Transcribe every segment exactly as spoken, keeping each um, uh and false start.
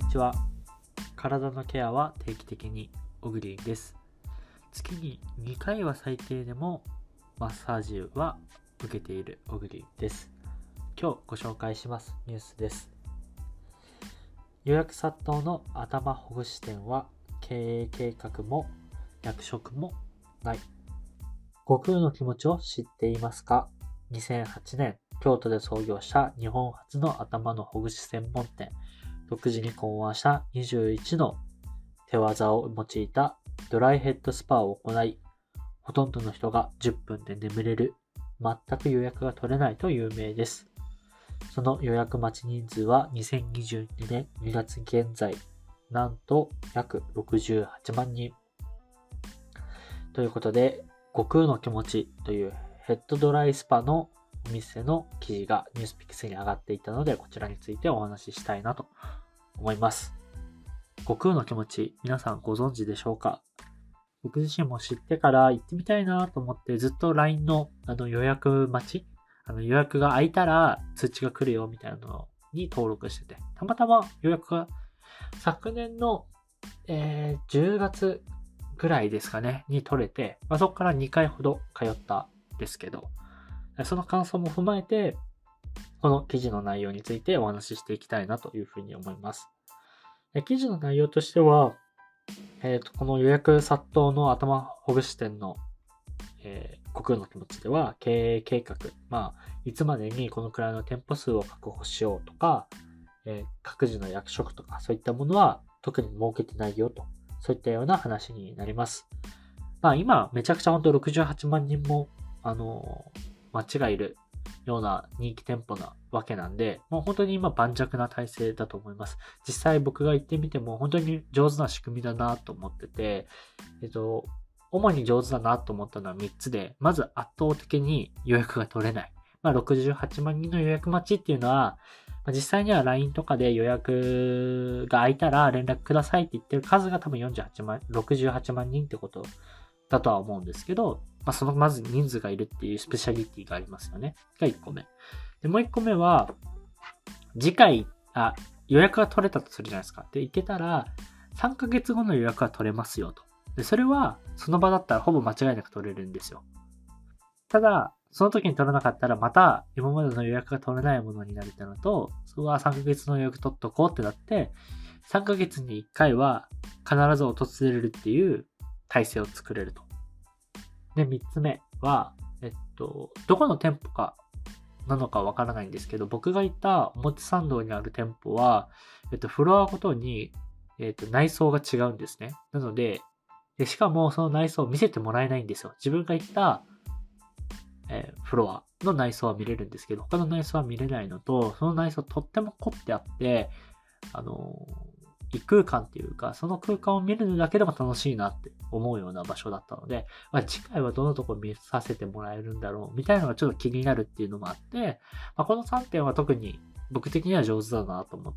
ちは。体のケアは定期的にオグリーンです。月ににかいは最低でもマッサージは受けているオグリーンです。今日ご紹介しますニュースです。予約殺到の頭ほぐし店は経営計画も役職もない。悟空の気持ちを知っていますか？にせんはちねん京都で創業した日本初の頭のほぐし専門店。独自に考案したにじゅういちの手技を用いたドライヘッドスパを行い、ほとんどの人がじゅっぷんで眠れる、全く予約が取れないと有名です。その予約待ち人数はにせんにじゅうにねんにがつ現在、なんと約ろくじゅうはちまんにん。ということで、悟空の気持ちというヘッドドライスパのお店の記事がニュースピックスに上がっていたので、こちらについてお話ししたいなと思います。悟空の気持ち、皆さんご存知でしょうか？僕自身も知ってから行ってみたいなと思ってずっと ライン の, あの予約待ち、あの予約が空いたら通知が来るよみたいなのに登録してて、たまたま予約が昨年の、えー、じゅうがつぐらいですかねに取れて、まあ、そこからにかいほど通ったんですけど、その感想も踏まえてこの記事の内容についてお話ししていきたいなというふうに思います。記事の内容としては、えー、とこの予約殺到の頭ほぐし店の、えー、悟空の気持ちでは経営計画、まあ、いつまでにこのくらいの店舗数を確保しようとか、えー、各自の役職とかそういったものは特に設けてないよと、そういったような話になります。まあ今めちゃくちゃ本当ろくじゅうはちまんにんもあの街がいるような人気店舗なわけなんで、もう本当に今盤石な体制だと思います。実際僕が行ってみても本当に上手な仕組みだなと思ってて、えっと、主に上手だなと思ったのはみっつで、まず圧倒的に予約が取れない。まあろくじゅうはちまんにんの予約待ちっていうのは、実際には ライン とかで予約が空いたら連絡くださいって言ってる数が多分よんじゅうはちまん、ろくじゅうはちまんにんってことだとは思うんですけど、まあ、そのまず人数がいるっていうスペシャリティがありますよね。がいっこめ。で、もういっこめは、次回、あ、予約が取れたとするじゃないですか。で、行けたら、さんかげつごの予約が取れますよと。で、それは、その場だったらほぼ間違いなく取れるんですよ。ただ、その時に取れなかったら、また、今までの予約が取れないものになるってのと、そこはさんかげつの予約取っとこうってなって、さんかげつにいっかいは必ず訪れるっていう体制を作れると。で、三つ目は、えっと、どこの店舗かなのかわからないんですけど、僕が行った表参道にある店舗は、えっと、フロアごとに、えっと、内装が違うんですね。なので、でしかもその内装を見せてもらえないんですよ。自分が行った、えー、フロアの内装は見れるんですけど、他の内装は見れないのと、その内装とっても凝ってあって、あのー、異空間っていうか、その空間を見るだけでも楽しいなって思うような場所だったので、まあ、次回はどのところ見させてもらえるんだろうみたいなのがちょっと気になるっていうのもあって、まあ、このさんてんは特に僕的には上手だなと思って、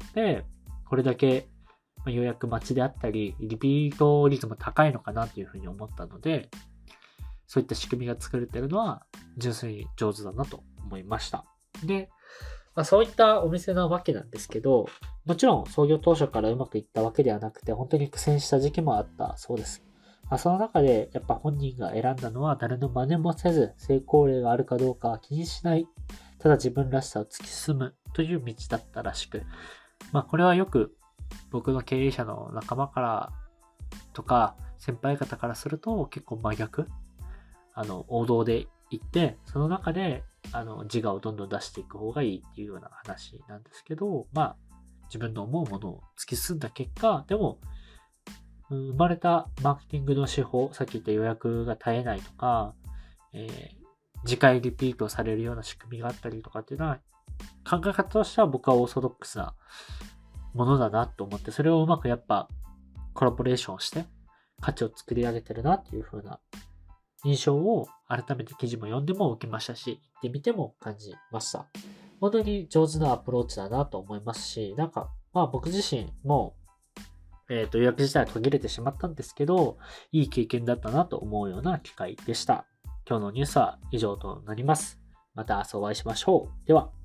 これだけ予約待ちであったり、リピート率も高いのかなっていうふうに思ったので、そういった仕組みが作れてるのは純粋に上手だなと思いました。で、まあ、そういったお店なわけなんですけど、もちろん創業当初からうまくいったわけではなくて、本当に苦戦した時期もあったそうです。まあ、その中でやっぱ本人が選んだのは誰の真似もせず、成功例があるかどうかは気にしない、ただ自分らしさを突き進むという道だったらしく、まあこれはよく僕の経営者の仲間からとか先輩方からすると結構真逆、あの王道で行って、その中であの自我をどんどん出していく方がいいっていうような話なんですけど、まあ自分の思うものを突き進んだ結果、でも生まれたマーケティングの手法、さっき言った予約が絶えないとか、えー、次回リピートされるような仕組みがあったりとかっていうのは、考え方としては僕はオーソドックスなものだなと思って、それをうまくやっぱコラボレーションして価値を作り上げてるなっていう風な印象を改めて記事も読んでも受けましたし、行ってみても感じました。本当に上手なアプローチだなと思いますし、なんか、まあ僕自身も、えっと、予約自体は途切れてしまったんですけど、いい経験だったなと思うような機会でした。今日のニュースは以上となります。また明日お会いしましょう。では。